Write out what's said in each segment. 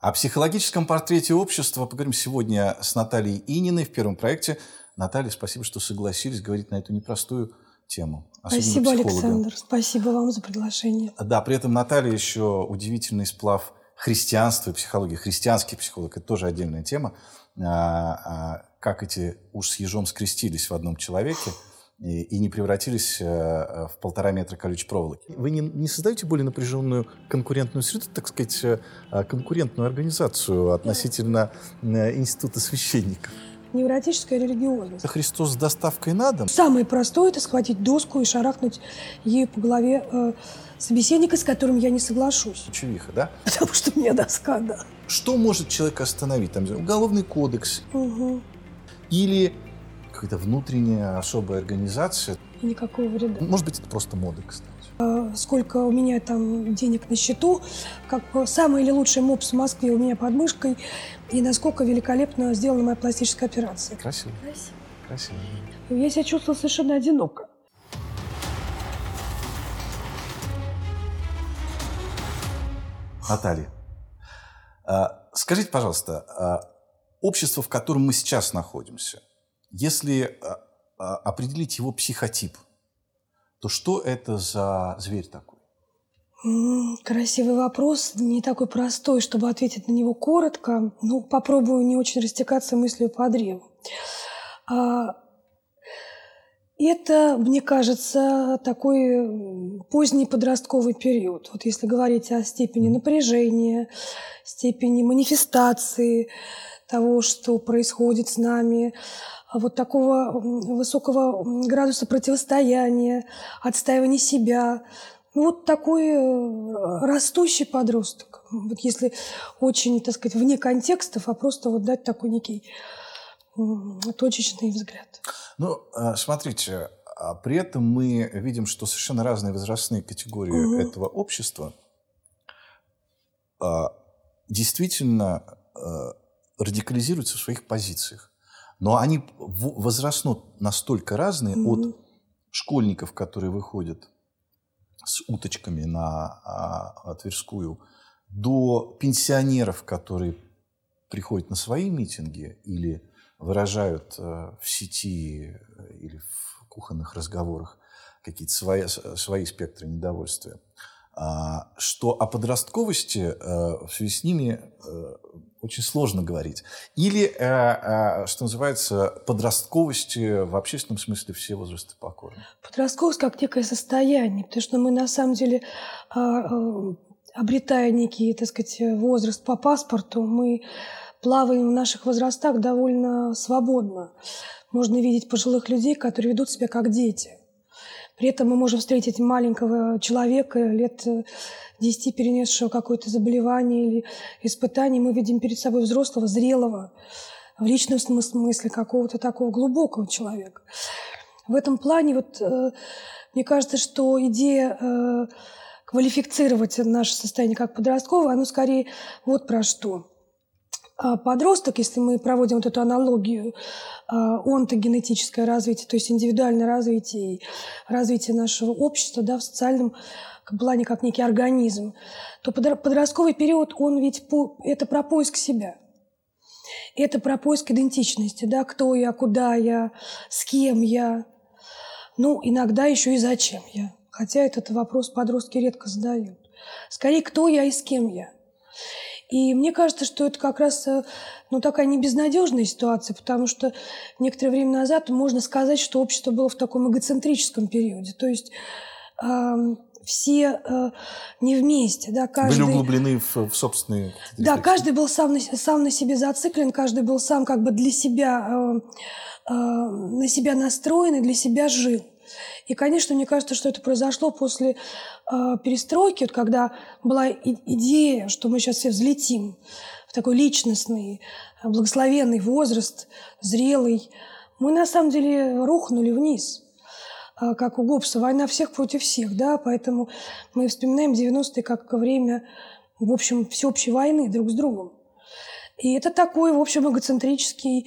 О психологическом портрете общества поговорим сегодня с Натальей Ининой в первом проекте. Наталья, спасибо, что согласились говорить на эту непростую тему. Спасибо, Александр. Спасибо вам за приглашение. Да, при этом Наталья еще удивительный сплав христианства и психологии. Христианский психолог – это тоже отдельная тема. Как эти уж с ежом скрестились в одном человеке и не превратились в 1,5 метра колючей проволоки. Вы не создаете более напряженную конкурентную среду, так сказать, конкурентную организацию относительно института священников? Невротическая религиозность. Христос с доставкой на дом? Самое простое – это схватить доску и шарахнуть ею по голове собеседника, с которым я не соглашусь. Чувиха, да? Потому что у меня доска, да. Что может человека остановить? Там уголовный кодекс? Угу. Или какая-то внутренняя особая организация? Никакого вреда. Может быть, это просто мода, кстати. Сколько у меня там денег на счету, как самый или лучший мопс в Москве у меня под мышкой, и насколько великолепно сделана моя пластическая операция. Красиво. Красиво. Красиво. Я себя чувствовала совершенно одиноко. Наталья, скажите, пожалуйста, общество, в котором мы сейчас находимся, если определить его психотип, то что это за зверь такой? Красивый вопрос, не такой простой, чтобы ответить на него коротко. Ну, попробую не очень растекаться мыслью по древу. Это, мне кажется, такой поздний подростковый период. Вот если говорить о степени напряжения, степени манифестации того, что происходит с нами, вот такого высокого градуса противостояния, отстаивания себя. Ну, вот такой растущий подросток. Вот если очень, так сказать, вне контекстов, а просто вот дать такой некий точечный взгляд. Ну, смотрите, при этом мы видим, что совершенно разные возрастные категории этого общества действительно радикализируются в своих позициях. Но они возрастно настолько разные от школьников, которые выходят с уточками на Тверскую, до пенсионеров, которые приходят на свои митинги или выражают в сети или в кухонных разговорах какие-то свои спектры недовольствия, что о подростковости в связи с ними очень сложно говорить. Или, что называется, подростковости в общественном смысле все возрасты покорны. Подростковость как некое состояние, потому что мы на самом деле, обретая некий, так сказать, возраст по паспорту, мы плаваем в наших возрастах довольно свободно. Можно видеть пожилых людей, которые ведут себя как дети. При этом мы можем встретить маленького человека, лет 10, перенесшего какое-то заболевание или испытание. Мы видим перед собой взрослого, зрелого, в личном смысле какого-то такого глубокого человека. В этом плане, вот, мне кажется, что идея квалифицировать наше состояние как подростковое, оно скорее вот про что. Подросток, если мы проводим вот эту аналогию, онтогенетическое развитие, то есть индивидуальное развитие и развитие нашего общества, да, в социальном плане как некий организм, то подростковый период, он ведь это про поиск себя. Это про поиск идентичности, да, кто я, куда я, с кем я, ну, иногда еще и зачем я. Хотя этот вопрос подростки редко задают. Скорее, кто я и с кем я. И мне кажется, что это как раз такая небезнадежная ситуация, потому что некоторое время назад можно сказать, что общество было в таком эгоцентрическом периоде. То есть все не вместе. Да, были углублены в собственные... Да, каждый был сам на себе зациклен, каждый был сам как бы для себя, на себя настроен и для себя жил. И, конечно, мне кажется, что это произошло после перестройки, вот когда была идея, что мы сейчас все взлетим в такой личностный, благословенный возраст, зрелый. Мы, на самом деле, рухнули вниз, как у Гоббса, война всех против всех, да, поэтому мы вспоминаем 90-е как время, в общем, всеобщей войны друг с другом. И это такой, в общем, эгоцентрический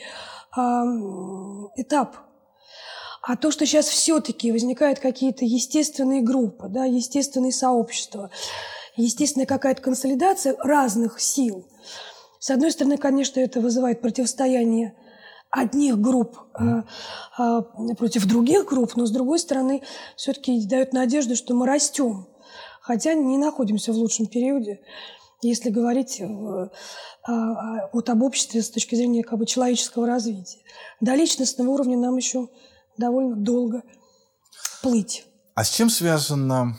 этап. А то, что сейчас все-таки возникают какие-то естественные группы, да, естественные сообщества, естественная какая-то консолидация разных сил. С одной стороны, конечно, это вызывает противостояние одних групп против других групп, но с другой стороны, все-таки дает надежду, что мы растем, хотя не находимся в лучшем периоде, если говорить вот об обществе с точки зрения как бы человеческого развития. До личностного уровня нам еще довольно долго плыть. А с чем связано,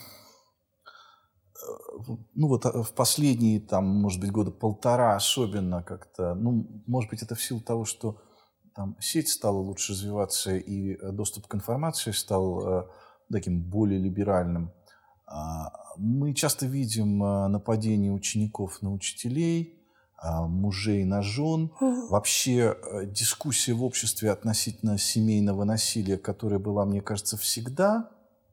ну вот в последние, там, может быть, года полтора особенно как-то, ну, может быть, это в силу того, что там сеть стала лучше развиваться и доступ к информации стал таким более либеральным. Мы часто видим нападения учеников на учителей, мужей на жен. Вообще дискуссия в обществе относительно семейного насилия, которая была, мне кажется, всегда,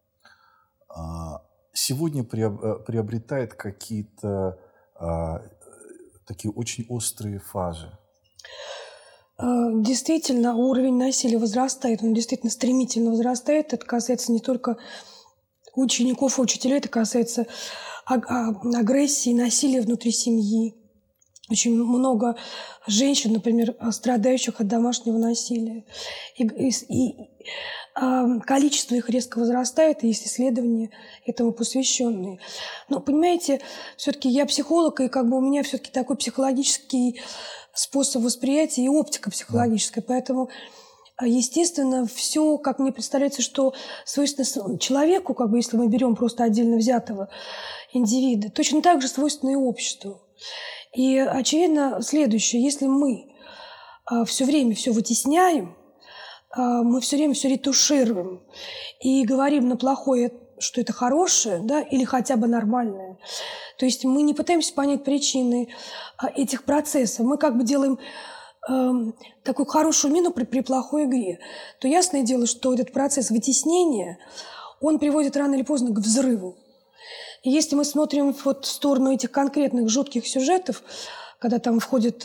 сегодня приобретает какие-то такие очень острые фазы. Действительно, уровень насилия возрастает, он действительно стремительно возрастает. Это касается не только учеников и учителей, это касается агрессии, насилия внутри семьи. Очень много женщин, например, страдающих от домашнего насилия. И количество их резко возрастает, и есть исследования этому посвященные. Но, понимаете, все-таки я психолог, и как бы у меня все-таки такой психологический способ восприятия и оптика психологическая. Поэтому, естественно, все, как мне представляется, что свойственно человеку, как бы, если мы берем просто отдельно взятого индивида, точно так же свойственно и обществу. И очевидно следующее: если мы все время все вытесняем, мы все время все ретушируем и говорим на плохое, что это хорошее, да, или хотя бы нормальное. То есть мы не пытаемся понять причины этих процессов. Мы как бы делаем такую хорошую мину при плохой игре. То ясное дело, что этот процесс вытеснения, он приводит рано или поздно к взрыву. И если мы смотрим вот в сторону этих конкретных жутких сюжетов, когда там входит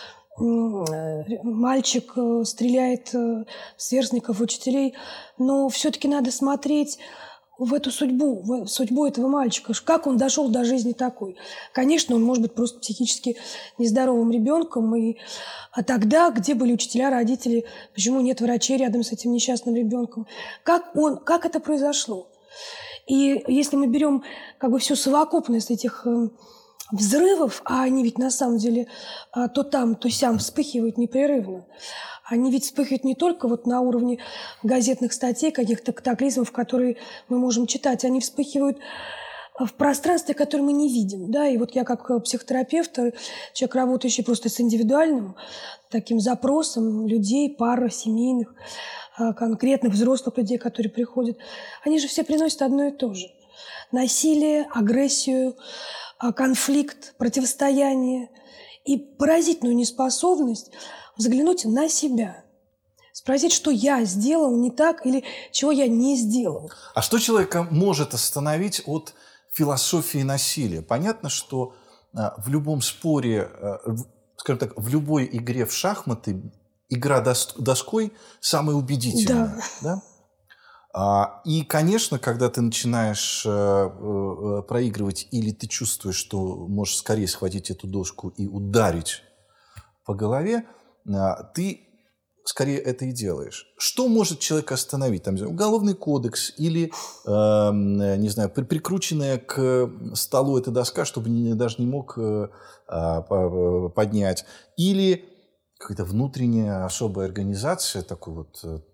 мальчик, стреляет в сверстников, учителей, но все-таки надо смотреть в эту судьбу, в судьбу этого мальчика, как он дошел до жизни такой. Конечно, он может быть просто психически нездоровым ребенком, а тогда, где были учителя, родители, почему нет врачей рядом с этим несчастным ребенком? Как это произошло? И если мы берем как бы всю совокупность этих взрывов, а они ведь на самом деле то там, то сям вспыхивают непрерывно. Они ведь вспыхивают не только вот на уровне газетных статей, каких-то катаклизмов, которые мы можем читать. Они вспыхивают в пространстве, которое мы не видим. Да? И вот я как психотерапевт, человек, работающий просто с индивидуальным таким запросом людей, пар семейных, конкретных взрослых людей, которые приходят, они же все приносят одно и то же. Насилие, агрессию, конфликт, противостояние и поразительную неспособность взглянуть на себя, спросить, что я сделал не так или чего я не сделал. А что человека может остановить от философии насилия? Понятно, что в любом споре, скажем так, в любой игре в шахматы игра доской самая убедительная. Да? И, конечно, когда ты начинаешь проигрывать или ты чувствуешь, что можешь скорее схватить эту доску и ударить по голове, ты скорее это и делаешь. Что может человека остановить? Там, уголовный кодекс или, не знаю, прикрученная к столу эта доска, чтобы даже не мог поднять. Или какая-то внутренняя особая организация, такой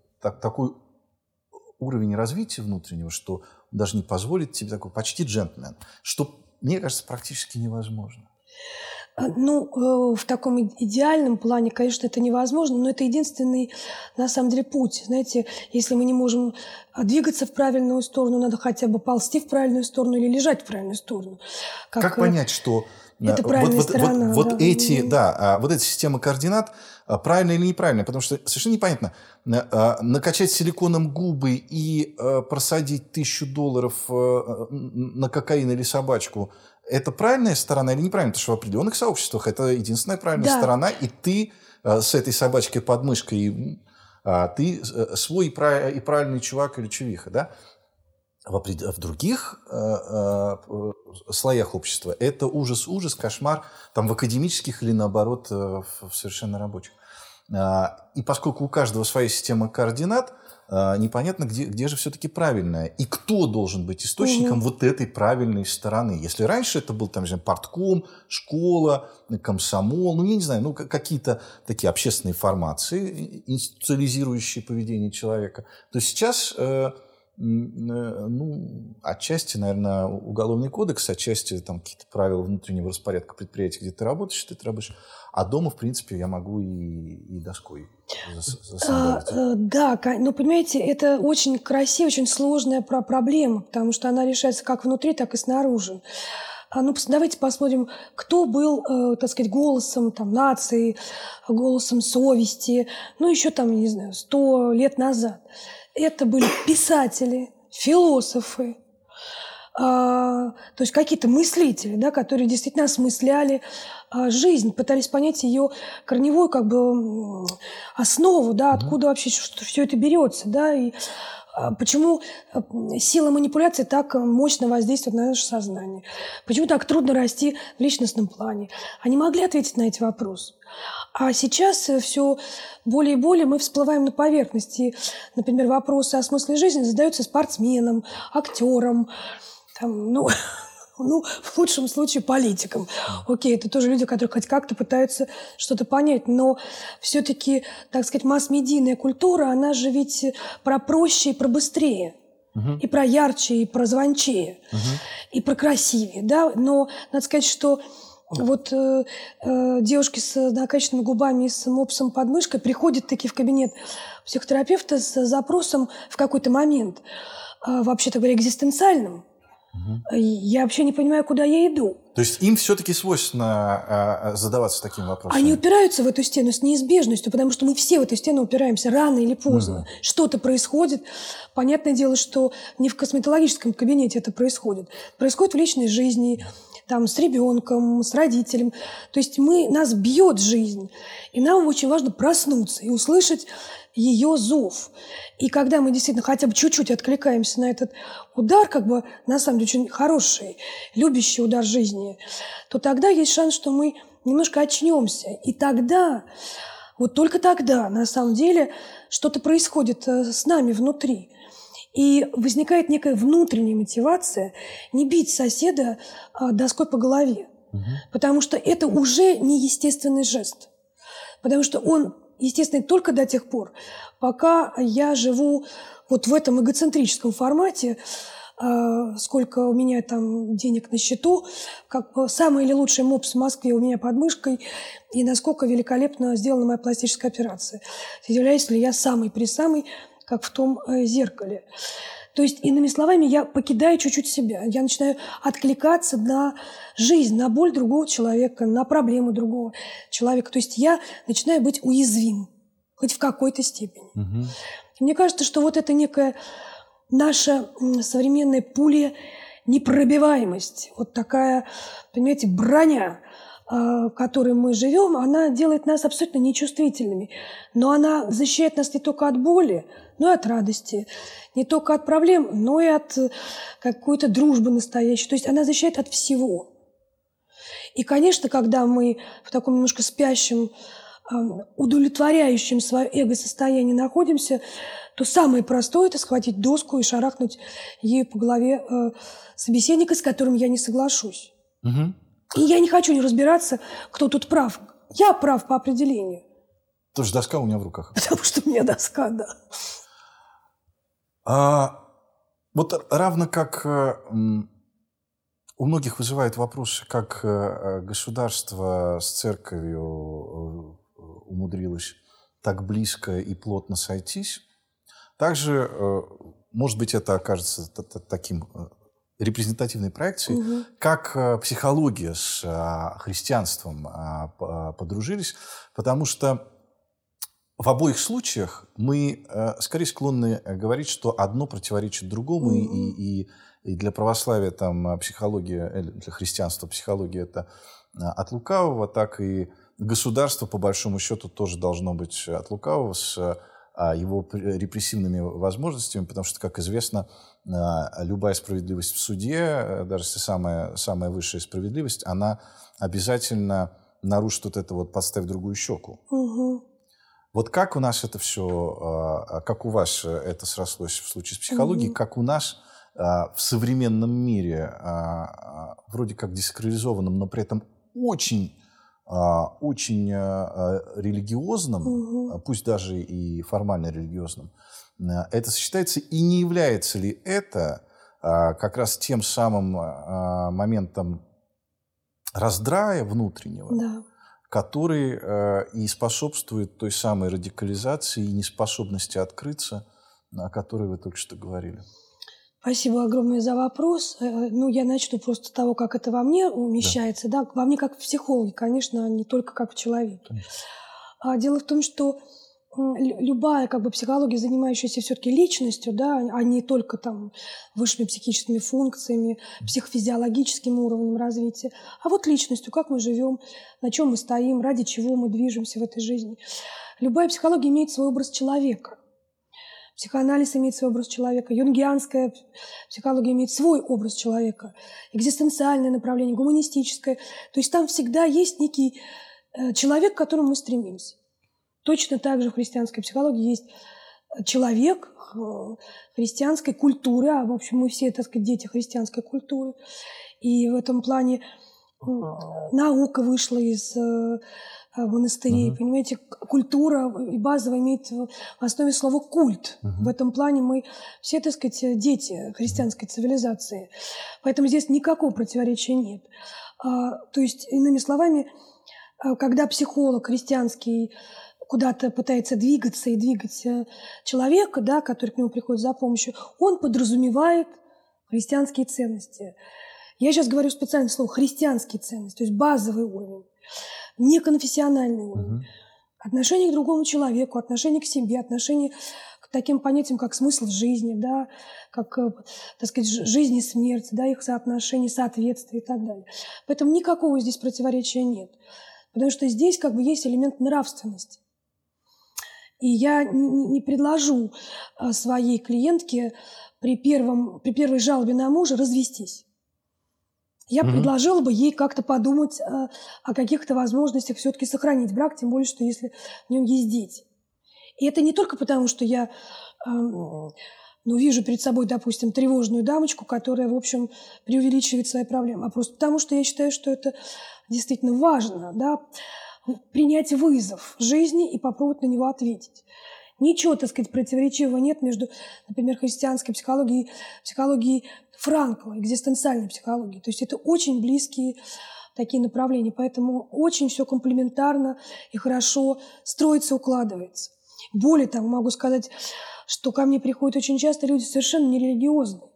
уровень развития внутреннего, что даже не позволит тебе такой почти джентльмен, что, мне кажется, практически невозможно. Ну, в таком идеальном плане, конечно, это невозможно, но это единственный, на самом деле, путь. Знаете, если мы не можем двигаться в правильную сторону, надо хотя бы ползти в правильную сторону или лежать в правильную сторону. Как понять, что это правильная сторона? Вот эти системы координат правильно или неправильно? Потому что совершенно непонятно, накачать силиконом губы и просадить $1000 на кокаин или собачку – это правильная сторона или неправильная? Потому что в определенных сообществах это единственная правильная сторона, и ты с этой собачкой под мышкой, ты свой и правильный чувак или чувиха, да? в других слоях общества это ужас, кошмар, там в академических или наоборот в совершенно рабочих. И поскольку у каждого своя система координат, непонятно, где же все-таки правильная. И кто должен быть источником вот этой правильной стороны. Если раньше это был там, партком, школа, комсомол, ну, я не знаю, ну, какие-то такие общественные формации, институциализирующие поведение человека, то сейчас, ну, отчасти, наверное, уголовный кодекс, отчасти там какие-то правила внутреннего распорядка предприятия, где ты работаешь, а дома, в принципе, я могу и доской засандалить. Да, ну, понимаете, это очень красивая, очень сложная проблема, потому что она решается как внутри, так и снаружи. Ну, давайте посмотрим, кто был, так сказать, голосом там, нации, голосом совести, ну, еще там, не знаю, 100 лет назад. Это были писатели, философы, то есть какие-то мыслители, да, которые действительно осмысляли жизнь, пытались понять ее корневую как бы основу, да, откуда вообще все это берется, да, и почему сила манипуляции так мощно воздействует на наше сознание, почему так трудно расти в личностном плане. Они могли ответить на эти вопросы. А сейчас все более и более мы всплываем на поверхность. И, например, вопросы о смысле жизни задаются спортсменам, актерам, там, ну, в лучшем случае политикам. Окей, это тоже люди, которые хоть как-то пытаются что-то понять, но все-таки, так сказать, масс-медийная культура, она же ведь про проще и про быстрее, и про ярче, и про звончее, и про красивее, да, но надо сказать, что вот девушки с накачанными губами и с мопсом под мышкой приходят таки в кабинет психотерапевта с запросом в какой-то момент, вообще-то говоря, экзистенциальным. Я вообще не понимаю, куда я иду. То есть им все-таки свойственно задаваться таким вопросом? Они упираются в эту стену с неизбежностью, потому что мы все в эту стену упираемся рано или поздно. Что-то происходит. Понятное дело, что не в косметологическом кабинете это происходит. Происходит в личной жизни, там, с ребенком, с родителем. То есть нас бьет жизнь. И нам очень важно проснуться и услышать ее зов. И когда мы действительно хотя бы чуть-чуть откликаемся на этот удар, как бы на самом деле очень хороший, любящий удар жизни, то тогда есть шанс, что мы немножко очнемся. И тогда, вот только тогда, на самом деле, что-то происходит с нами внутри. И возникает некая внутренняя мотивация не бить соседа доской по голове. Потому что это уже неестественный жест. Потому что он естественный только до тех пор, пока я живу вот в этом эгоцентрическом формате, сколько у меня там денег на счету, как самый или лучший мопс в Москве у меня под мышкой, и насколько великолепно сделана моя пластическая операция. Являюсь ли я самый-пресамый, как в том зеркале. То есть, иными словами, я покидаю чуть-чуть себя. Я начинаю откликаться на жизнь, на боль другого человека, на проблему другого человека. То есть я начинаю быть уязвим, хоть в какой-то степени. И мне кажется, что вот это некая наша современная пуля непробиваемость, вот такая, понимаете, броня, которой мы живем, она делает нас абсолютно нечувствительными. Но она защищает нас не только от боли, но и от радости. Не только от проблем, но и от какой-то дружбы настоящей. То есть она защищает от всего. И, конечно, когда мы в таком немножко спящем, удовлетворяющем свое эго-состоянии находимся, то самое простое – это схватить доску и шарахнуть ею по голове собеседника, с которым я не соглашусь. И я не хочу разбираться, кто тут прав. Я прав по определению. Тоже доска у меня в руках. Потому что у меня доска, да. Вот равно как у многих вызывает вопрос, как государство с церковью умудрилось так близко и плотно сойтись, также, может быть, это окажется таким репрезентативной проекцией, как психология с христианством подружились, потому что в обоих случаях мы скорее склонны говорить, что одно противоречит другому, и для православия там психология, для христианства психология это от лукавого, так и государство, по большому счету, тоже должно быть от лукавого с его репрессивными возможностями, потому что, как известно, любая справедливость в суде, даже если самая высшая справедливость, она обязательно нарушит вот это вот «подставь другую щеку». Угу. Вот как у нас это все, как у вас это срослось в случае с психологией, как у нас в современном мире, вроде как десакрализованном, но при этом очень религиозным, пусть даже и формально религиозным, это сочетается, и не является ли это как раз тем самым моментом раздрая внутреннего, Да. который и способствует той самой радикализации и неспособности открыться, о которой вы только что говорили? Спасибо огромное за вопрос. Я начну просто с того, как это во мне умещается. Да. Во мне как в психологе, конечно, не только как в человеке. Конечно. Дело в том, что любая психология, занимающаяся все-таки личностью, да, а не только там высшими психическими функциями, психофизиологическим уровнем развития, а вот личностью, как мы живем, на чем мы стоим, ради чего мы движемся в этой жизни. Любая психология имеет свой образ человека. Психоанализ имеет свой образ человека, юнгианская психология имеет свой образ человека, экзистенциальное направление, гуманистическое. То есть там всегда есть некий человек, к которому мы стремимся. Точно так же в христианской психологии есть человек христианской культуры, в общем, мы все, дети христианской культуры. И в этом плане наука вышла из монастырей, понимаете, культура и базово имеет в основе слова «культ». В этом плане мы все, дети христианской цивилизации. Поэтому здесь никакого противоречия нет. То есть, иными словами, когда психолог христианский куда-то пытается двигаться и двигать человека, да, который к нему приходит за помощью, он подразумевает христианские ценности. Я сейчас говорю специально слово «христианские ценности», то есть базовый уровень, неконфессиональный уровень. Отношение к другому человеку, отношение к себе, отношение к таким понятиям, как смысл в жизни, да, как, жизнь и смерть, да, их соотношение, соответствие и так далее. Поэтому никакого здесь противоречия нет. Потому что здесь есть элемент нравственности. И я не предложу своей клиентке при первой жалобе на мужа развестись. Я предложила бы ей как-то подумать о каких-то возможностях все-таки сохранить брак, тем более, что если в нем есть дети. И это не только потому, что я вижу перед собой, допустим, тревожную дамочку, которая, в общем, преувеличивает свои проблемы, а просто потому, что я считаю, что это действительно важно, да, принять вызов жизни и попробовать на него ответить. Ничего, противоречивого нет между, например, христианской психологией и психологией Франкла, экзистенциальной психологией. То есть это очень близкие такие направления, поэтому очень все комплементарно и хорошо строится, укладывается. Более того, могу сказать, что ко мне приходят очень часто люди совершенно нерелигиозные,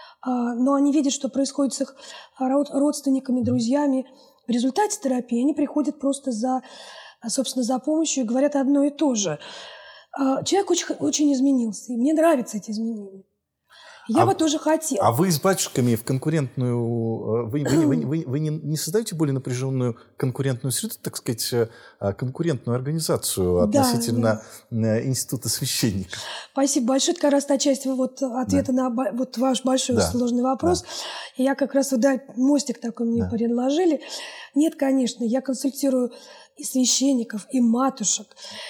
но они видят, что происходит с их родственниками, друзьями. В результате терапии они приходят просто за помощью и говорят одно и то же. Человек очень изменился, и мне нравятся эти изменения. Я бы тоже хотела. А вы с батюшками в конкурентную... Вы не создаете более напряженную конкурентную среду, так сказать, конкурентную организацию относительно института священников? Спасибо большое. Это как раз та часть ответа на ваш большой сложный вопрос. И я как раз, мостик такой мне предложили. Нет, конечно, я консультирую и священников, и матушек,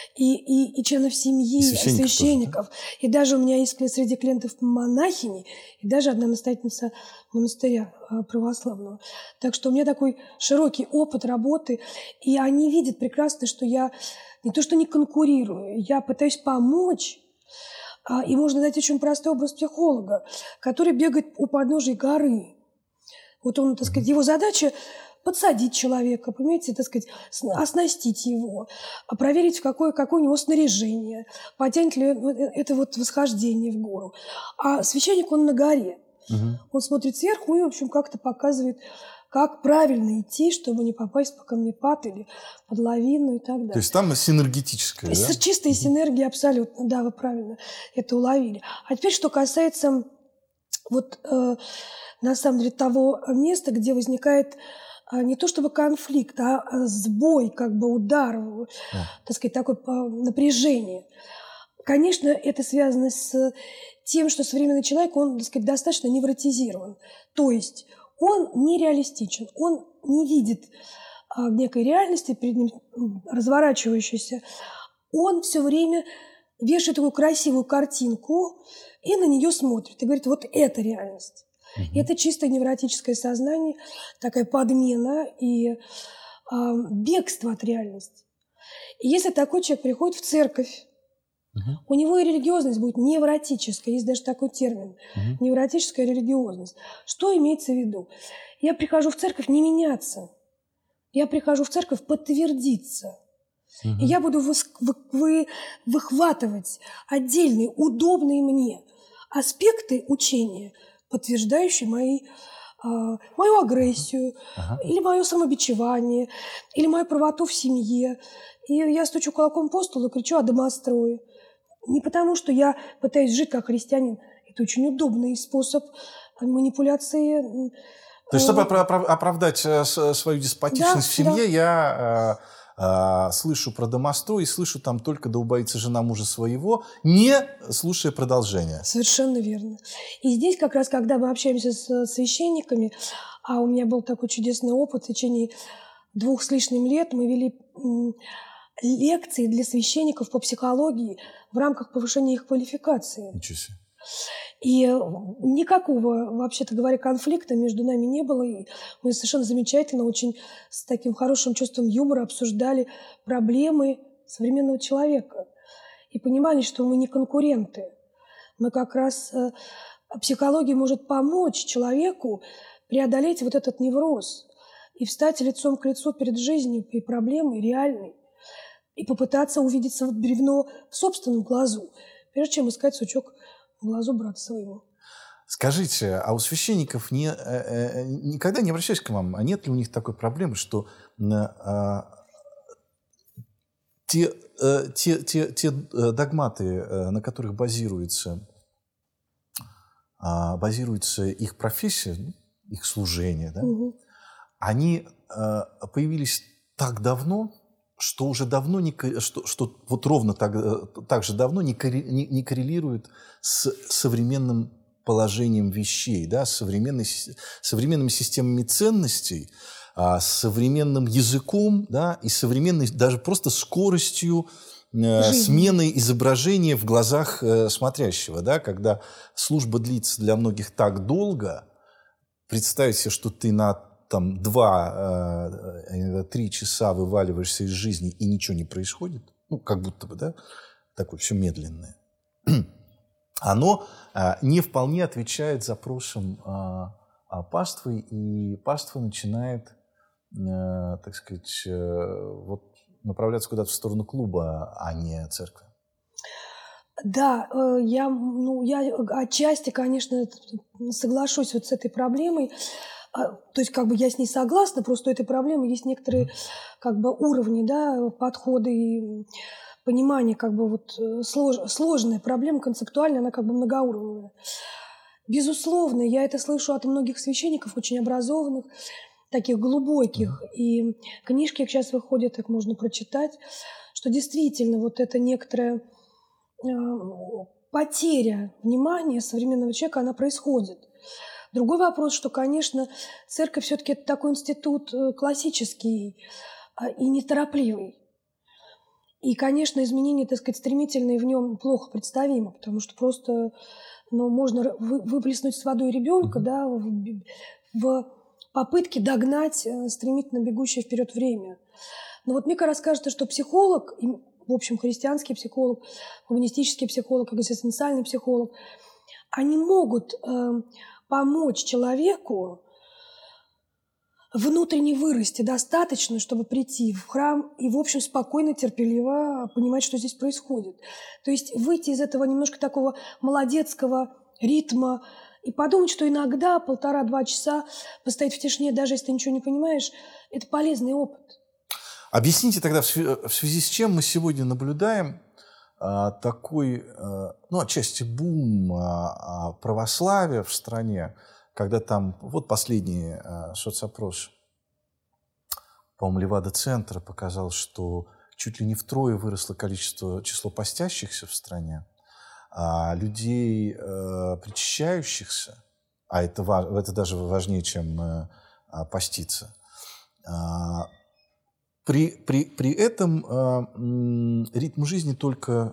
и членов семьи, и священников. Тоже, да? И даже у меня есть среди клиентов монахини, и даже одна настоятельница монастыря православного. Так что у меня такой широкий опыт работы, и они видят прекрасно, что я не то что не конкурирую, я пытаюсь помочь. И можно дать очень простой образ психолога, который бегает у подножия горы. Вот он, его задача подсадить человека, понимаете, оснастить его, проверить, какое у него снаряжение, потянет ли это восхождение в гору. А священник, он на горе. Он смотрит сверху и, в общем, как-то показывает, как правильно идти, чтобы не попасть по камнепад или под лавину и так далее. То есть там синергетическая, да? Чистая синергия, абсолютно, да, вы правильно это уловили. А теперь, что касается на самом деле того места, где возникает не то чтобы конфликт, а сбой, удар, такое напряжение. Конечно, это связано с тем, что современный человек, он, так сказать, достаточно невротизирован. То есть он нереалистичен, он не видит некой реальности перед ним разворачивающейся. Он все время вешает такую красивую картинку и на нее смотрит. И говорит, вот это реальность. Это чисто невротическое сознание, такая подмена и бегство от реальности. И если такой человек приходит в церковь, у него и религиозность будет невротическая. Есть даже такой термин – невротическая религиозность. Что имеется в виду? Я прихожу в церковь не меняться. Я прихожу в церковь подтвердиться. И я буду выхватывать отдельные, удобные мне аспекты учения, подтверждающие мою агрессию, или мое самобичевание, или мою правоту в семье. И я стучу кулаком по столу и кричу о домострое. Не потому, что я пытаюсь жить как христианин. Это очень удобный способ манипуляции. То есть, чтобы оправдать свою деспотичность в семье, я слышу про домострой и слышу там только «да убоится жена мужа своего», не слушая продолжения. Совершенно верно. И здесь как раз, когда мы общаемся с священниками, а у меня был такой чудесный опыт, в течение 2 с лишним лет мы вели лекции для священников по психологии в рамках повышения их квалификации. Ничего себе. И никакого, вообще-то говоря, конфликта между нами не было. И мы совершенно замечательно, очень с таким хорошим чувством юмора обсуждали проблемы современного человека. И понимали, что мы не конкуренты. Мы как раз... Психология может помочь человеку преодолеть вот этот невроз и встать лицом к лицу перед жизнью и проблемой реальной. И попытаться увидеть бревно в собственном глазу, прежде чем искать сучок в глазу брата своего. Скажите, а у священников никогда не обращаюсь к вам, а нет ли у них такой проблемы, что те догматы, на которых базируется их профессия, их служение, да, они появились так давно, что уже давно что вот ровно так же давно не коррелирует с современным положением вещей, да, с современными системами ценностей, с современным языком, да, и современной даже просто скоростью смены изображения в глазах смотрящего, да, когда служба длится для многих так долго, представить себе, что ты на 2-3 часа вываливаешься из жизни и ничего не происходит, ну, как будто бы, да, такое все медленное, оно не вполне отвечает запросам паствы, и паства начинает, так сказать, вот, направляться куда-то в сторону клуба, а не церкви. Да, я отчасти, конечно, соглашусь вот с этой проблемой. То есть, как бы я с ней согласна, просто у этой проблемы есть некоторые, как бы, уровни, да, подходы и понимание, как бы, вот сложная проблема, концептуальная, она как бы многоуровневая. Безусловно, я это слышу от многих священников, очень образованных, таких глубоких, и книжки сейчас выходят, их можно прочитать, что действительно вот это некоторая потеря внимания современного человека, она происходит. Другой вопрос, что, конечно, церковь все-таки это такой институт классический и неторопливый. И, конечно, изменения, так сказать, стремительные в нем плохо представимы, потому что просто можно выплеснуть с водой ребенка, да, в попытке догнать стремительно бегущее вперед время. Но вот мне кажется, что психолог, в общем, христианский психолог, гуманистический психолог, экзистенциальный психолог, они могут помочь человеку внутренне вырасти достаточно, чтобы прийти в храм и, в общем, спокойно, терпеливо понимать, что здесь происходит. То есть выйти из этого немножко такого молодецкого ритма и подумать, что иногда 1,5-2 часа постоять в тишине, даже если ты ничего не понимаешь, это полезный опыт. Объясните тогда, в связи с чем мы сегодня наблюдаем такой, отчасти бум православия в стране, когда там, вот последний соцопрос, по-моему, Левада-центра показал, что чуть ли не втрое выросло число постящихся в стране, а людей, причащающихся, а это даже важнее, чем поститься, при этом ритм жизни только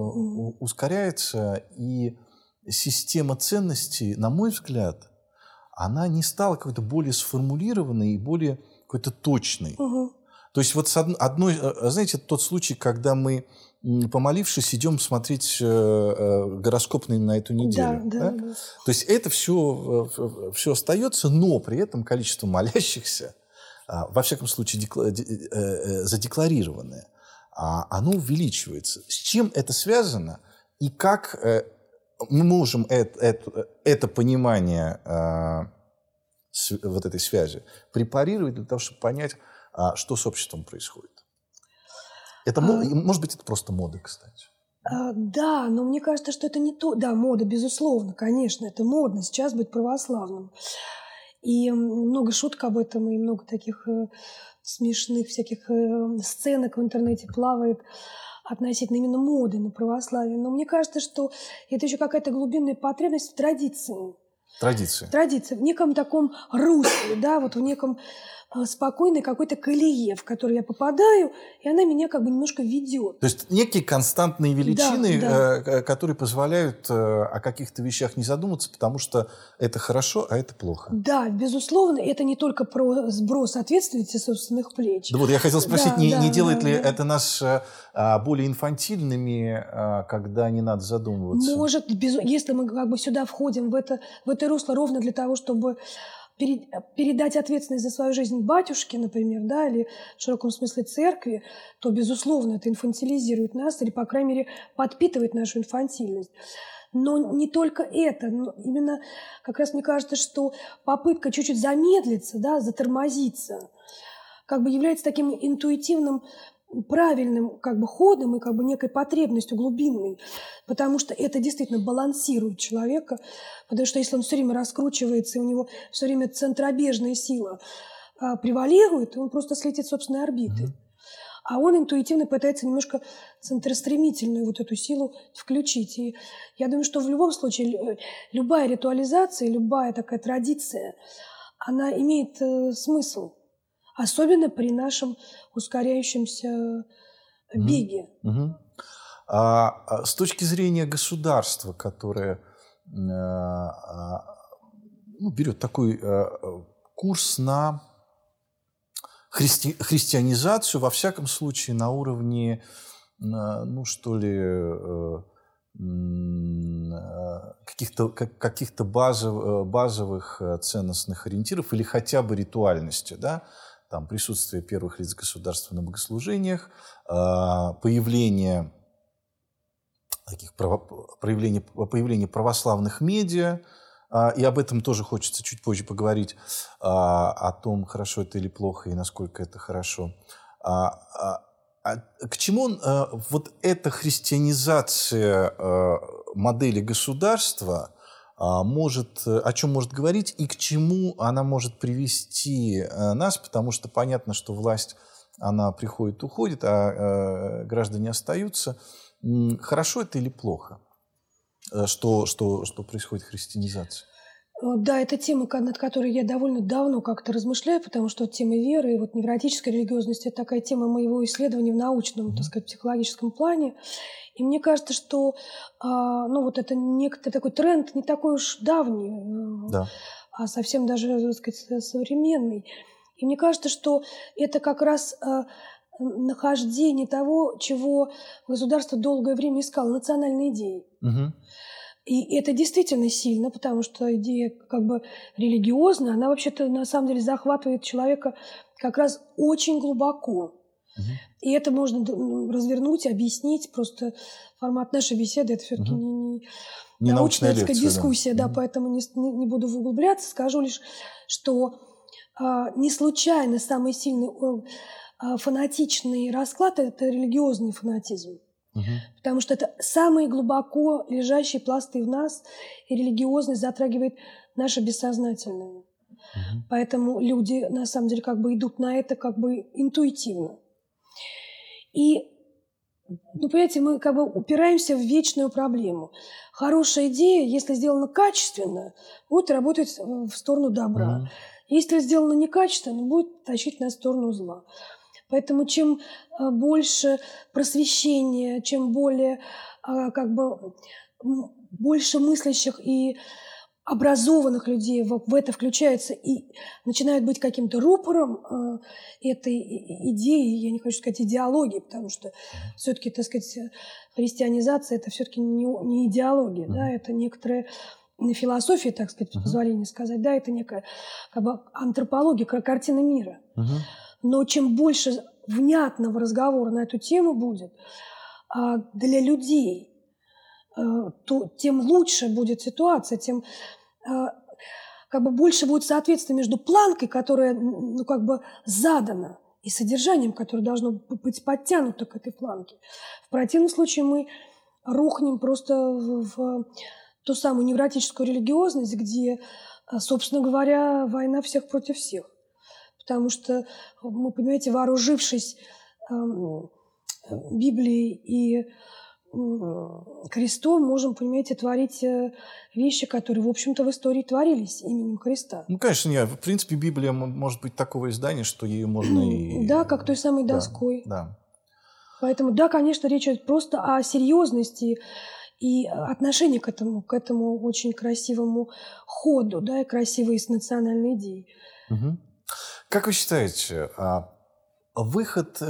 ускоряется, и система ценностей, на мой взгляд, она не стала какой-то более сформулированной и более какой-то точной. То есть вот знаете, тот случай, когда мы, помолившись, идем смотреть гороскоп на эту неделю. Да? То есть это все остается, но при этом количество молящихся, во всяком случае задекларированное, оно увеличивается. С чем это связано и как мы можем это понимание вот этой связи препарировать для того, чтобы понять, что с обществом происходит? Это, может быть, это просто мода, кстати. Да, но мне кажется, что это не то. Да, мода, безусловно, конечно, это модно сейчас быть православным. И много шуток об этом, и много таких смешных всяких сценок в интернете плавает относительно именно моды на православие. Но мне кажется, что это еще какая-то глубинная потребность в традиции. Традиции. В неком таком русле, да, вот в неком спокойной какой-то колее, в которую я попадаю, и она меня как бы немножко ведет. То есть некие константные величины, которые позволяют о каких-то вещах не задуматься, потому что это хорошо, а это плохо. Да, безусловно, это не только про сброс ответственности со собственных плеч. Да вот я хотел спросить, не делает ли это нас более инфантильными, когда не надо задумываться? Может, если мы как бы сюда входим в это русло ровно для того, чтобы передать ответственность за свою жизнь батюшке, например, да, или в широком смысле церкви, то, безусловно, это инфантилизирует нас или, по крайней мере, подпитывает нашу инфантильность. Но не только это. Но именно как раз мне кажется, что попытка чуть-чуть замедлиться, да, затормозиться, как бы является таким интуитивным, правильным как бы ходом и как бы некой потребностью глубинной, потому что это действительно балансирует человека, потому что если он все время раскручивается, и у него все время центробежная сила превалирует, он просто слетит с собственной орбиты. А он интуитивно пытается немножко центростремительную вот эту силу включить. И я думаю, что в любом случае любая ритуализация, любая такая традиция, она имеет смысл. Особенно при нашем ускоряющемся беге. С точки зрения государства, которое берет такой курс на христианизацию, во всяком случае, на уровне, каких-то базовых ценностных ориентиров или хотя бы ритуальности, да? Там присутствие первых лиц государства на богослужениях, появление православных медиа, и об этом тоже хочется чуть позже поговорить, о том, хорошо это или плохо, и насколько это хорошо. К чему вот эта христианизация модели государства о чем может говорить и к чему она может привести нас, потому что понятно, что власть, она приходит, уходит, а граждане остаются. Хорошо это или плохо, что происходит христианизация? Да, это тема, над которой я довольно давно как-то размышляю, потому что тема веры и вот невротической религиозности – это такая тема моего исследования в научном, так сказать, психологическом плане. И мне кажется, что вот это некоторый такой тренд не такой уж давний, а совсем даже, так сказать, современный. И мне кажется, что это как раз нахождение того, чего государство долгое время искало – национальной идеи. И это действительно сильно, потому что идея как бы религиозная, она вообще-то на самом деле захватывает человека как раз очень глубоко. И это можно развернуть, объяснить. Просто формат нашей беседы – это все-таки не научная дискуссия, да, поэтому не буду углубляться. Скажу лишь, что не случайно самый сильный фанатичный расклад – это религиозный фанатизм. Потому что это самые глубоко лежащие пласты в нас, и религиозность затрагивает наше бессознательное. Поэтому люди, на самом деле, как бы идут на это как бы интуитивно. И, ну, понимаете, мы как бы упираемся в вечную проблему. Хорошая идея, если сделана качественно, будет работать в сторону добра. Если сделано некачественно, будет тащить нас в сторону зла. Поэтому чем больше просвещения, чем более как бы больше мыслящих и образованных людей в это включаются и начинают быть каким-то рупором этой идеи, я не хочу сказать идеологии, потому что все-таки, так сказать, христианизация – это все-таки не идеология, да, это некоторая философия, так сказать, с позволения сказать, да, это некая как бы антропология, картина мира. Но чем больше внятного разговора на эту тему будет для людей, то тем лучше будет ситуация, тем как бы больше будет соответствие между планкой, которая, ну, как бы задана, и содержанием, которое должно быть подтянуто к этой планке. В противном случае мы рухнем просто в ту самую невротическую религиозность, где, собственно говоря, война всех против всех. Потому что мы, понимаете, вооружившись Библией и крестом, можем, понимаете, творить вещи, которые, в общем-то, в истории творились именем Христа. Ну, конечно, нет. В принципе, Библия может быть такого издания, что ее можно и... Да, как той самой доской. Да. Поэтому, да, конечно, речь идет просто о серьезности и отношении к этому очень красивому ходу, да, и красивой национальной идеи. Как вы считаете, выход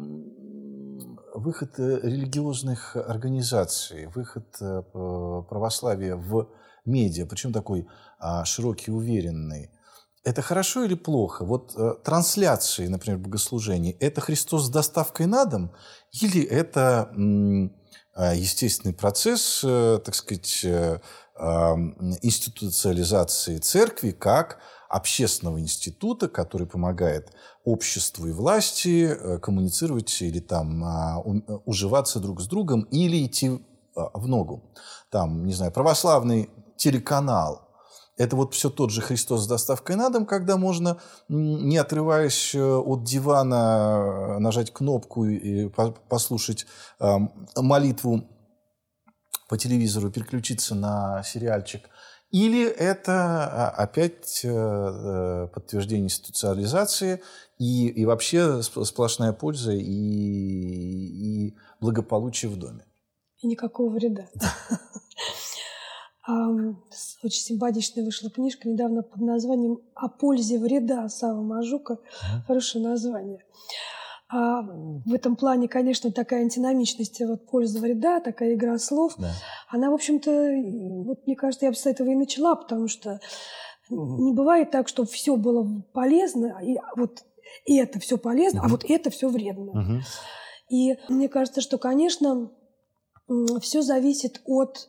религиозных организаций, выход православия в медиа, причем такой широкий, уверенный, это хорошо или плохо? Вот трансляции, например, богослужений, это Христос с доставкой на дом или это естественный процесс, так сказать, институциализации церкви как общественного института, который помогает обществу и власти коммуницировать или там уживаться друг с другом, или идти в ногу. Там, не знаю, православный телеканал. Это вот все тот же Христос с доставкой на дом, когда можно, не отрываясь от дивана, нажать кнопку и послушать молитву по телевизору, переключиться на сериальчик. Или это опять подтверждение институциализации и вообще сплошная польза и благополучие в доме? И никакого вреда. Очень симпатичная вышла книжка недавно под названием «О пользе вреда» Саввы Мажука. Хорошее название. В этом плане, конечно, такая антиномичность вот польза вреда, такая игра слов, она, в общем-то, вот мне кажется, я бы с этого и начала, потому что не бывает так, что все было полезно, и вот это все полезно, а вот это все вредно. И мне кажется, что, конечно, все зависит от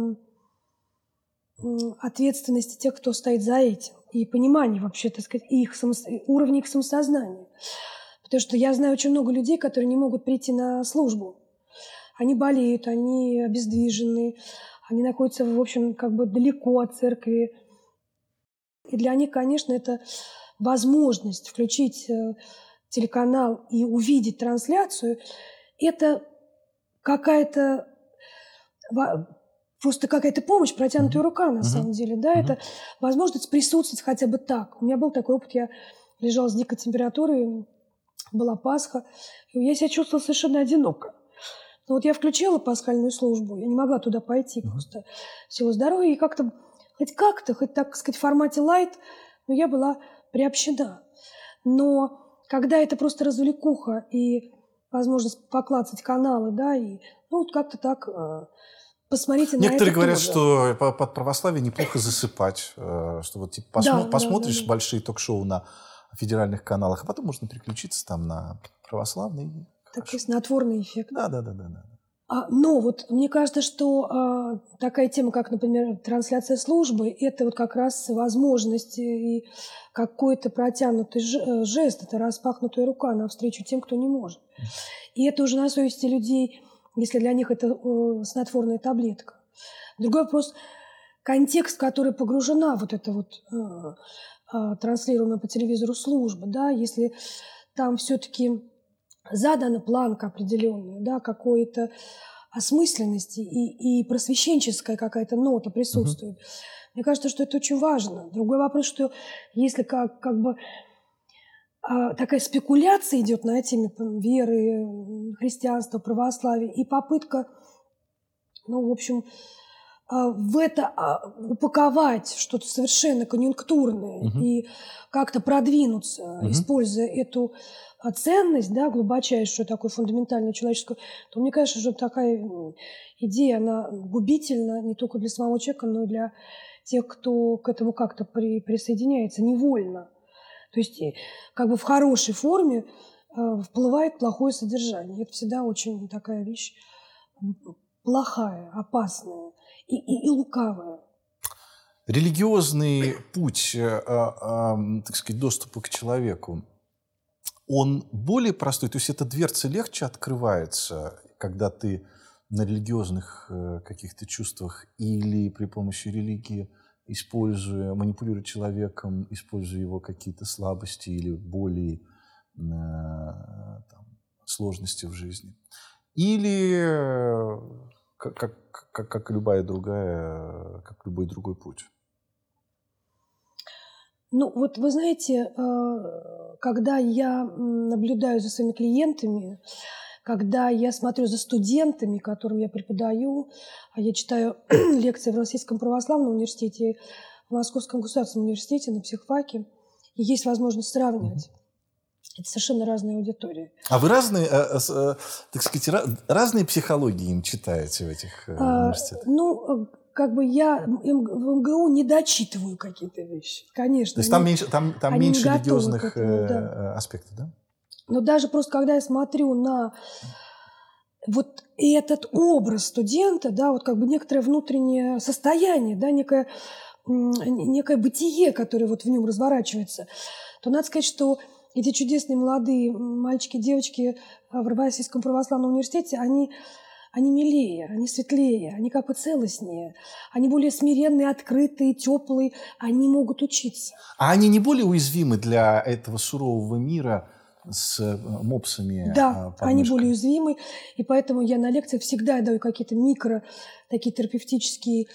ответственности тех, кто стоит за этим, и понимания вообще, так сказать, уровня их самосознания. Потому что я знаю очень много людей, которые не могут прийти на службу. Они болеют, они обездвижены, они находятся, в общем, как бы далеко от церкви. И для них, конечно, это возможность включить телеканал и увидеть трансляцию, это какая-то просто какая-то помощь, протянутая рука, на самом деле. Да? Это возможность присутствовать хотя бы так. У меня был такой опыт, я лежала с дикой температурой, была Пасха, и я себя чувствовала совершенно одиноко. Но вот я включила пасхальную службу, я не могла туда пойти просто в силу здоровья, и как-то, хоть так сказать, в формате лайт, но я была приобщена. Но когда это просто развлекуха и возможность поклацать каналы, да, и ну вот как-то так посмотрите на это. Некоторые говорят, тоже. что под православие неплохо засыпать, что вот типа посмотришь большие ток-шоу на федеральных каналах, а потом можно переключиться там на православный. Такой снотворный эффект. Да. Но вот мне кажется, что такая тема, как, например, трансляция службы, это вот как раз возможность и какой-то протянутый жест, это распахнутая рука навстречу тем, кто не может. И это уже на совести людей, если для них это снотворная таблетка. Другой вопрос – контекст, в который погружена вот эта вот транслируемая по телевизору служба, да, если там все-таки задана планка определенная, да, какой-то осмысленности и просвещенческая какая-то нота присутствует. Мне кажется, что это очень важно. Другой вопрос, что если как бы такая спекуляция идет на теме веры, христианства, православия и попытка, ну, в общем, в это упаковать что-то совершенно конъюнктурное и как-то продвинуться, используя эту ценность, да, глубочайшую, такую фундаментальную человеческую, то мне кажется, что такая идея, она губительна не только для самого человека, но и для тех, кто к этому как-то присоединяется невольно. То есть как бы в хорошей форме вплывает плохое содержание. Это всегда очень такая вещь плохая, опасная и лукавая. Религиозный путь, так сказать, доступа к человеку, он более простой? То есть эта дверца легче открывается, когда ты на религиозных каких-то чувствах или при помощи религии, манипулируя человеком, используя его какие-то слабости или боли, сложности в жизни? Или как любой другой путь? Ну, вот вы знаете, когда я наблюдаю за своими клиентами, когда я смотрю за студентами, которым я преподаю, я читаю лекции в Российском православном университете, в Московском государственном университете на психфаке, и есть возможность сравнивать. Это совершенно разные аудитории. А вы разные, так сказать, разные психологии им читаете в этих университетах? Ну, как бы я в МГУ не дочитываю какие-то вещи, конечно. То есть там меньше религиозных да. аспектов, да? Но даже просто когда я смотрю на вот этот образ студента, да, вот как бы некоторое внутреннее состояние, да, некое бытие, которое вот в нем разворачивается, то надо сказать, что эти чудесные молодые мальчики, девочки в Российском православном университете, они милее, они светлее, они как бы целостнее, они более смиренные, открытые, теплые, они могут учиться. А они не более уязвимы для этого сурового мира с мопсами? Да, они более уязвимы, и поэтому я на лекциях всегда даю какие-то такие терапевтические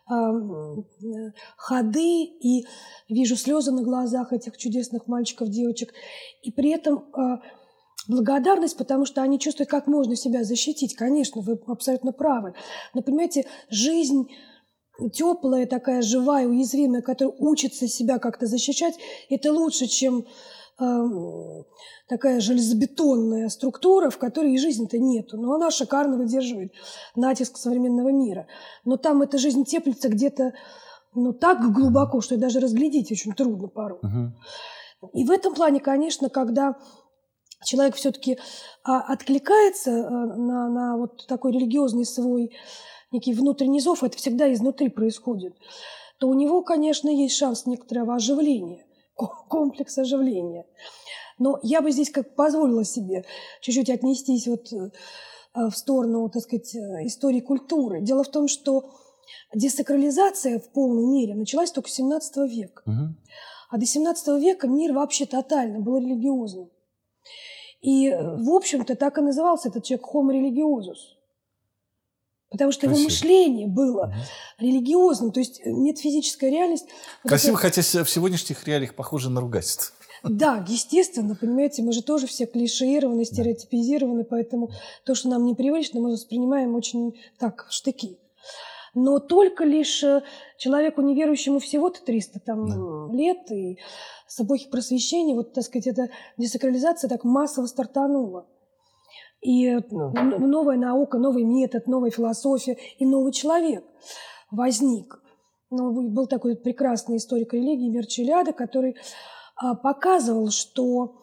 ходы, и вижу слезы на глазах этих чудесных мальчиков, девочек, и при этом благодарность, потому что они чувствуют, как можно себя защитить. Конечно, вы абсолютно правы. Но, понимаете, жизнь теплая, такая живая, уязвимая, которая учится себя как-то защищать, это лучше, чем такая железобетонная структура, в которой и жизни-то нету. Но она шикарно выдерживает натиск современного мира. Но там эта жизнь теплится где-то так глубоко, что даже разглядеть очень трудно порой. И в этом плане, конечно, когда человек все-таки откликается на вот такой религиозный свой некий внутренний зов, это всегда изнутри происходит, то у него, конечно, есть шанс некоторого оживления, комплекс оживления. Но я бы здесь как позволила себе чуть-чуть отнестись вот в сторону, так сказать, истории культуры. Дело в том, что десакрализация в полной мере началась только с XVII века. А до XVII века мир вообще тотально был религиозным. И, в общем-то, так и назывался этот человек Homo religiosus. Потому что его мышление было религиозным, то есть метафизическая реальность. Красиво, хотя в сегодняшних реалиях похоже на ругательство. Да, естественно, понимаете, мы же тоже все клишеированы, стереотипизированы, поэтому то, что нам непривычно, мы воспринимаем очень так, в штыки. Но только лишь человеку неверующему всего-то 300 лет, и с эпохи просвещения, вот, так сказать, эта десакрализация так массово стартанула. И новая наука, новый метод, новая философия и новый человек возник. Был такой прекрасный историк религии Мерчелиадо, который показывал, что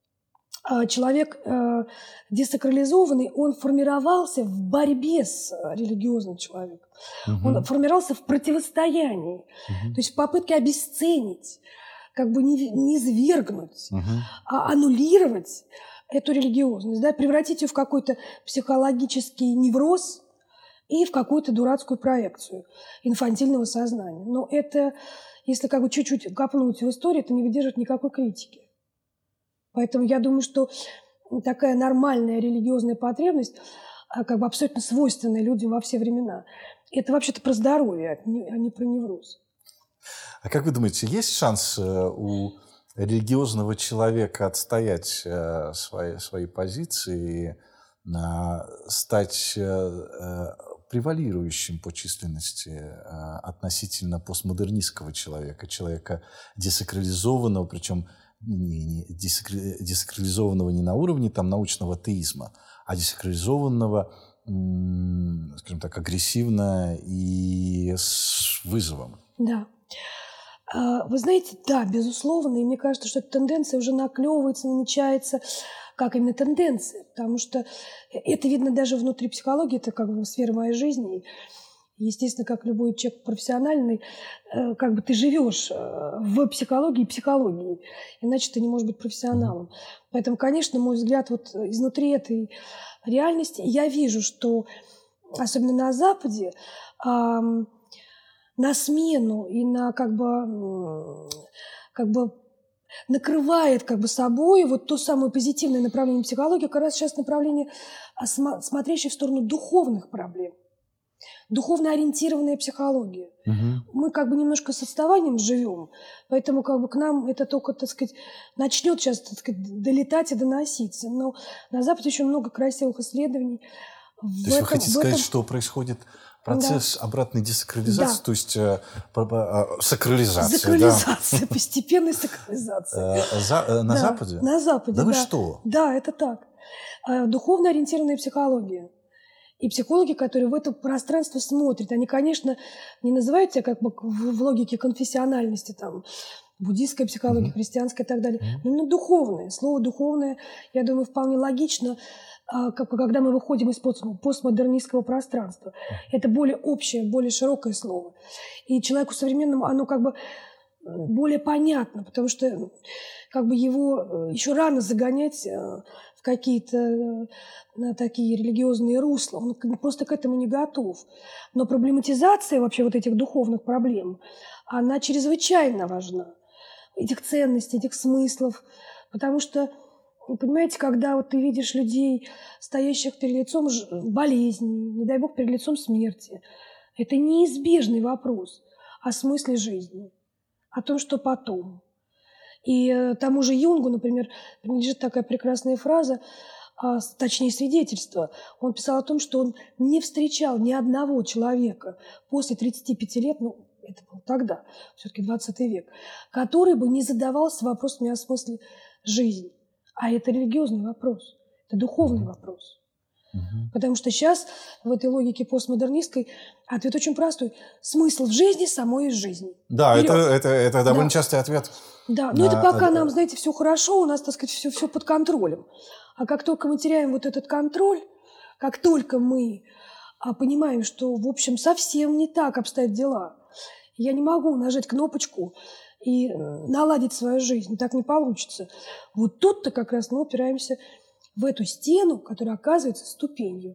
человек десакрализованный, он формировался в борьбе с религиозным человеком. Он формировался в противостоянии, то есть в попытке обесценить, как бы не свергнуть, а аннулировать эту религиозность, да, превратить ее в какой-то психологический невроз и в какую-то дурацкую проекцию инфантильного сознания. Но это, если как бы чуть-чуть копнуть в историю, это не выдержит никакой критики. Поэтому я думаю, что такая нормальная религиозная потребность, как бы абсолютно свойственная людям во все времена. Это вообще-то про здоровье, а не про невроз. А как вы думаете, есть шанс у религиозного человека отстоять свои позиции и стать превалирующим по численности относительно постмодернистского человека десакрализованного, причем десакрализованного не на уровне там, научного атеизма, а десакрализованного, скажем так, агрессивно и с вызовом? Да. Вы знаете, да, безусловно, и мне кажется, что эта тенденция уже наклевывается, намечается как именно тенденция, потому что это видно даже внутри психологии, это как бы сфера моей жизни. И, естественно, как любой человек профессиональный, как бы ты живешь в психологии и психологии, иначе ты не можешь быть профессионалом. Поэтому, конечно, мой взгляд вот изнутри этой реальности, я вижу, что особенно на Западе на смену и на как бы накрывает как бы собой вот то самое позитивное направление психологии, как раз сейчас направление, смотрящее в сторону духовных проблем. Духовно ориентированная психология. Мы как бы немножко с отставанием живем, поэтому как бы к нам это только, так сказать, начнет сейчас, так сказать, долетать и доноситься. Но на Западе очень много красивых исследований. То есть вы хотите сказать, что происходит процесс обратной десакрализации, то есть сакрализация. Сакрализация, постепенная сакрализация. На Западе? На Западе, да. Вы что? Да, это так. Духовно ориентированная психология. И психологи, которые в это пространство смотрят, они, конечно, не называют себя как бы в логике конфессиональности, там, буддийская психология, христианская и так далее, но именно духовное. Слово «духовное», я думаю, вполне логично, когда мы выходим из постмодернистского пространства. Это более общее, более широкое слово. И человеку современному оно как бы более понятно, потому что как бы его еще рано загонять в какие-то такие религиозные русла. Он просто к этому не готов. Но проблематизация вообще вот этих духовных проблем, она чрезвычайно важна. Этих ценностей, этих смыслов. Потому что, понимаете, когда вот ты видишь людей, стоящих перед лицом болезни, не дай бог, перед лицом смерти, это неизбежный вопрос о смысле жизни, о том, что потом. И тому же Юнгу, например, принадлежит такая прекрасная фраза, точнее свидетельство. Он писал о том, что он не встречал ни одного человека после 35 лет, это было тогда, все-таки 20 век, который бы не задавался вопросами о смысле жизни. А это религиозный вопрос, это духовный вопрос. Потому что сейчас в этой логике постмодернистской ответ очень простой. Смысл в жизни самой из жизни. Да, это довольно частый ответ. Да, но это пока нам, знаете, все хорошо, у нас, так сказать, все под контролем. А как только мы теряем вот этот контроль, как только мы понимаем, что, в общем, совсем не так обстоят дела, я не могу нажать кнопочку и наладить свою жизнь, так не получится. Вот тут-то как раз мы упираемся в эту стену, которая оказывается ступенью.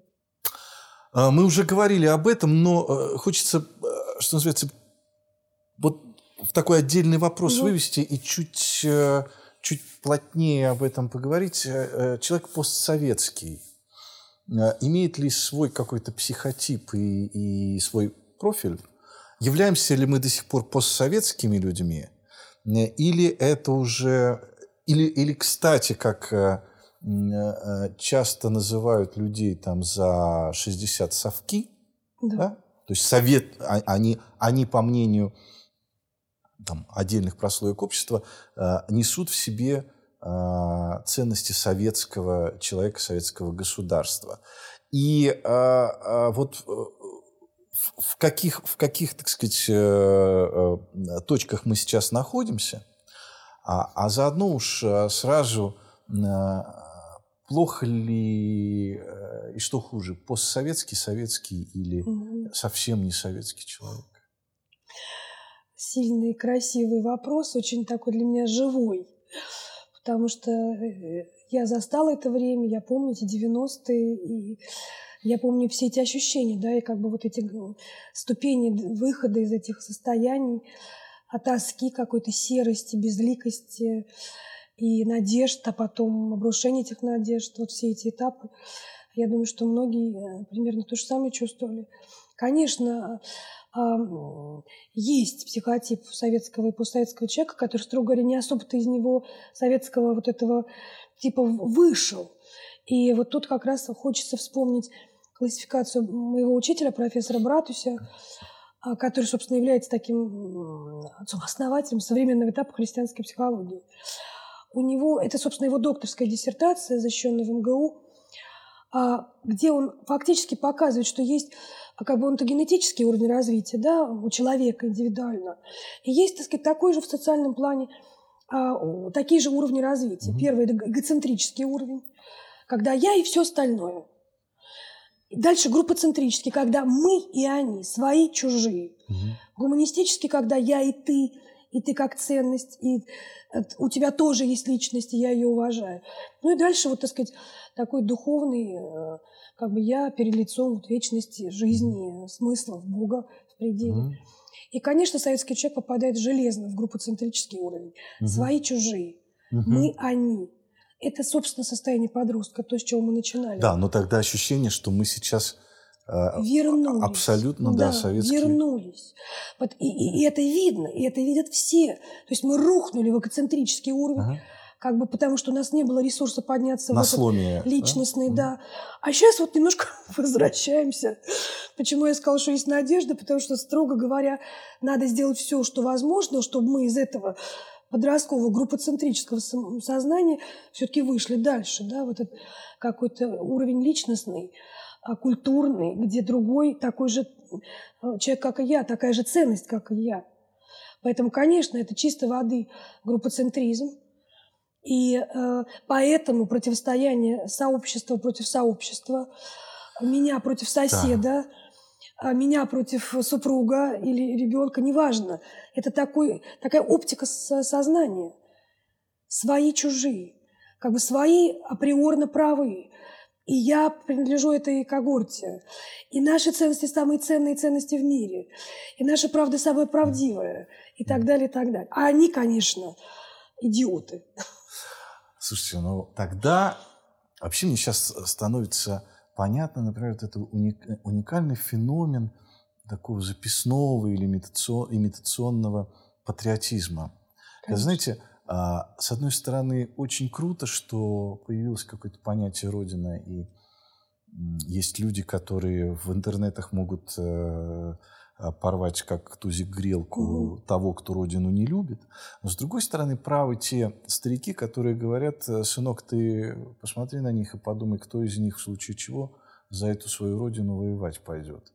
Мы уже говорили об этом, но хочется, что называется, вот в такой отдельный вопрос вывести и чуть плотнее об этом поговорить. Человек постсоветский имеет ли свой какой-то психотип и свой профиль? Являемся ли мы до сих пор постсоветскими людьми? Или это уже... Или кстати, как часто называют людей там за 60 совки, да? То есть они, по мнению там, отдельных прослоек общества, несут в себе ценности советского человека, советского государства. И вот в каких, так сказать, точках мы сейчас находимся, а заодно уж сразу плохо ли и что хуже, постсоветский, советский или совсем не советский человек? Сильный, красивый вопрос, очень такой для меня живой. Потому что я застала это время, я помню эти 90-е, и я помню все эти ощущения, да, и как бы вот эти ступени выхода из этих состояний, от тоски, какой-то серости, безликости, и надежд, а потом обрушение этих надежд, вот все эти этапы. Я думаю, что многие примерно то же самое чувствовали. Конечно, есть психотип советского и постсоветского человека, который, строго говоря, не особо-то из него советского вот этого типа вышел. И вот тут как раз хочется вспомнить классификацию моего учителя, профессора Братуся, который, собственно, является таким основателем современного этапа христианской психологии. У него, это, собственно, его докторская диссертация, защищенная в МГУ, где он фактически показывает, что есть как бы онтогенетический уровень развития, да, у человека индивидуально. И есть, так сказать, такой же в социальном плане, такие же уровни развития. Первый – это эгоцентрический уровень, когда я и все остальное. Дальше группоцентрический, когда мы и они, свои, чужие. Гуманистический, когда я и ты как ценность, и у тебя тоже есть личность, и я ее уважаю. Ну и дальше, вот, так сказать, такой духовный, как бы я перед лицом вот вечности, жизни, смыслов, Бога в пределе. И, конечно, советский человек попадает железно в группоцентрический уровень. Свои, чужие. Мы, они. Это, собственно, состояние подростка, то, с чего мы начинали. Да, но тогда ощущение, что мы сейчас вернулись. Абсолютно, да, советские. Вернулись. И это видно, и это видят все. То есть мы рухнули в эгоцентрический уровень, как бы потому что у нас не было ресурса подняться на в сломе, этот личностный, да. А сейчас вот немножко возвращаемся. Почему я сказала, что есть надежда? Потому что, строго говоря, надо сделать все, что возможно, чтобы мы из этого подросткового группоцентрического сознания все-таки вышли дальше, да, вот этот какой-то уровень личностный, культурный, где другой такой же человек, как и я, такая же ценность, как и я. Поэтому, конечно, это чистой воды группоцентризм. И поэтому противостояние сообщества против сообщества, меня против соседа, меня против супруга или ребенка, неважно. Это такая оптика сознания. Свои, чужие. Как бы свои априорно правы. И я принадлежу этой когорте. И наши ценности самые ценные ценности в мире. И наша правда самая правдивая. И так далее, и так далее. А они, конечно, идиоты. Слушайте, ну тогда вообще мне сейчас становится понятно, например, вот это уникальный феномен такого записного или имитационного патриотизма. Знаете, с одной стороны, очень круто, что появилось какое-то понятие «родина», и есть люди, которые в интернетах могут порвать как тузик грелку того, кто родину не любит. Но, с другой стороны, правы те старики, которые говорят: сынок, ты посмотри на них и подумай, кто из них в случае чего за эту свою родину воевать пойдет.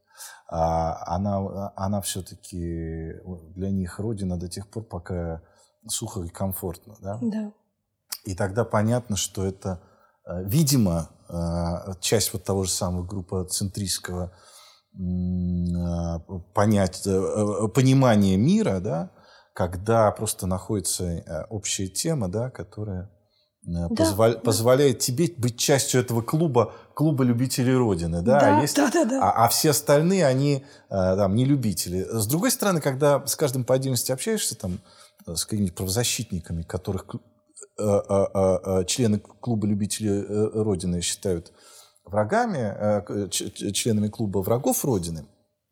Она все-таки для них родина до тех пор, пока сухо и комфортно. Да? Да. И тогда понятно, что это, видимо, часть вот того же самого группоцентристского понимания мира, да, когда просто находится общая тема, да, которая позволяет тебе быть частью этого клуба любителей Родины. Да? А все остальные, они там, не любители. С другой стороны, когда с каждым по отдельности общаешься, там, с какими-нибудь правозащитниками, которых члены клуба любителей Родины считают врагами, членами клуба врагов Родины,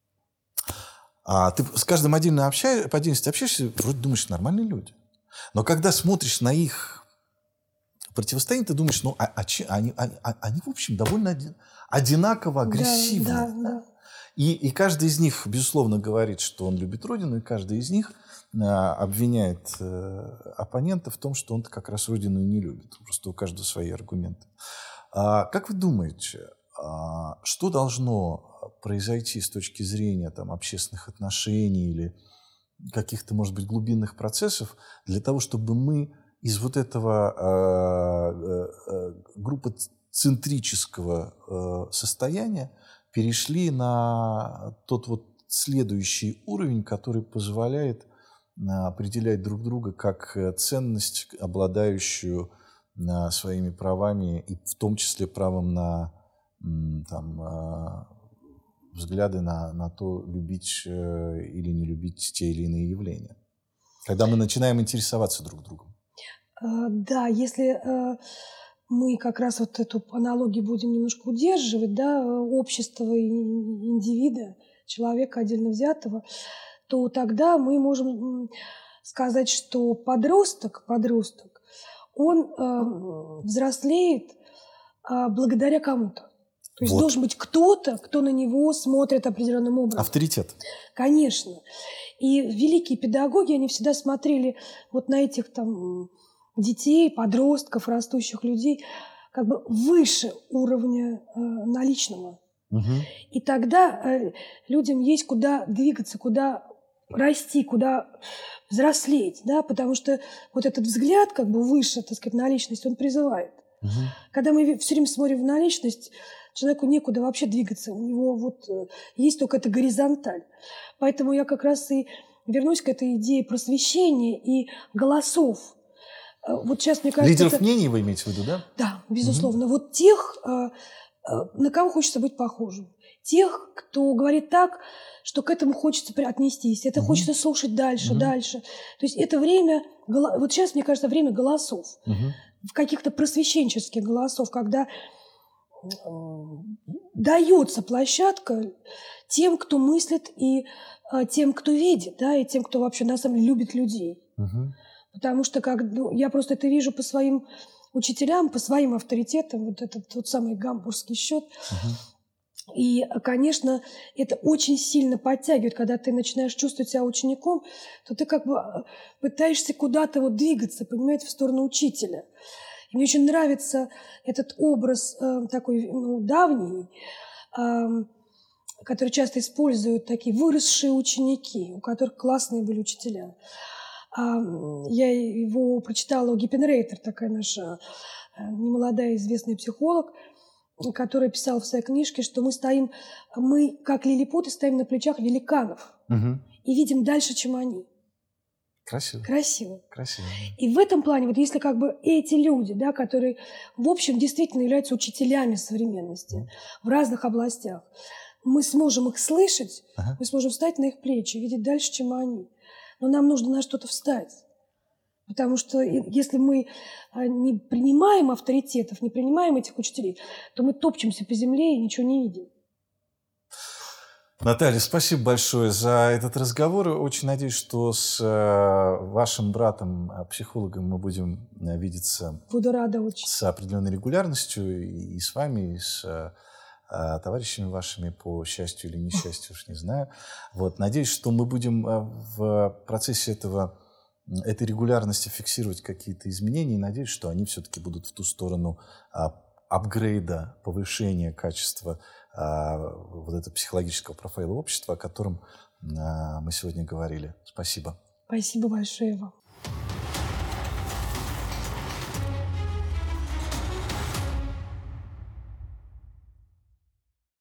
а ты с каждым по отдельности общаешься, вроде думаешь, нормальные люди. Но когда смотришь на их противостояние, ты думаешь, ну, они в общем, довольно одинаково агрессивны. Да. И каждый из них, безусловно, говорит, что он любит Родину, и каждый из них обвиняет оппонента в том, что он как раз Родину не любит. Просто у каждого свои аргументы. Как вы думаете, что должно произойти с точки зрения там, общественных отношений или каких-то, может быть, глубинных процессов для того, чтобы мы из вот этого группоцентрического состояния перешли на тот вот следующий уровень, который позволяет определять друг друга как ценность, обладающую своими правами, и в том числе правом на взгляды на то, любить или не любить те или иные явления. Когда мы начинаем интересоваться друг другом. Да, если мы как раз вот эту аналогию будем немножко удерживать, да, общества и индивида, человека отдельно взятого, то тогда мы можем сказать, что подросток, он взрослеет благодаря кому-то. То есть Вот. должен быть кто-то, кто на него смотрит определенным образом. Авторитет. Конечно. И великие педагоги, они всегда смотрели вот на этих там детей, подростков, растущих людей, как бы выше уровня наличного. Угу. И тогда людям есть куда двигаться, куда расти, куда взрослеть, да, потому что вот этот взгляд как бы выше, так сказать, наличность, он призывает. Угу. Когда мы все время смотрим в наличность, человеку некуда вообще двигаться, у него вот есть только эта горизонталь. Поэтому я как раз и вернусь к этой идее просвещения и голосов. Вот сейчас, мне кажется... Лидеров мнений вы имеете в виду, да? Да, безусловно. Вот тех, на кого хочется быть похожим. Тех, кто говорит так, что к этому хочется отнестись. Это хочется слушать дальше, дальше. То есть это время... Вот сейчас, мне кажется, время голосов. Каких-то просвещенческих голосов, когда дается площадка тем, кто мыслит, и тем, кто видит, да, и тем, кто вообще на самом деле любит людей. Потому что я просто это вижу по своим учителям, по своим авторитетам, вот этот тот самый гамбургский счет. И, конечно, это очень сильно подтягивает, когда ты начинаешь чувствовать себя учеником, то ты как бы пытаешься куда-то вот двигаться, понимаете, в сторону учителя. И мне очень нравится этот образ такой давний, который часто используют такие выросшие ученики, у которых классные были учителя. Я его прочитала у Гиппенрейтер, такая наша немолодая известная психолог, которая писала в своей книжке, что мы как лилипуты, стоим на плечах великанов и видим дальше, чем они. Красиво. Красиво. Красиво. И в этом плане, вот если как бы эти люди, да, которые, в общем, действительно являются учителями современности в разных областях, мы сможем их слышать, мы сможем встать на их плечи, видеть дальше, чем они. Но нам нужно на что-то встать. Потому что если мы не принимаем авторитетов, не принимаем этих учителей, то мы топчемся по земле и ничего не видим. Наталья, спасибо большое за этот разговор. Очень надеюсь, что с вашим братом, психологом, мы будем видеться. Буду рада очень. С определенной регулярностью и с вами, и с товарищами вашими, по счастью или несчастью, уж не знаю. Вот. Надеюсь, что мы будем в процессе этой регулярности фиксировать какие-то изменения. И надеюсь, что они все-таки будут в ту сторону апгрейда, повышения качества вот этого психологического профайла общества, о котором мы сегодня говорили. Спасибо. Спасибо большое вам.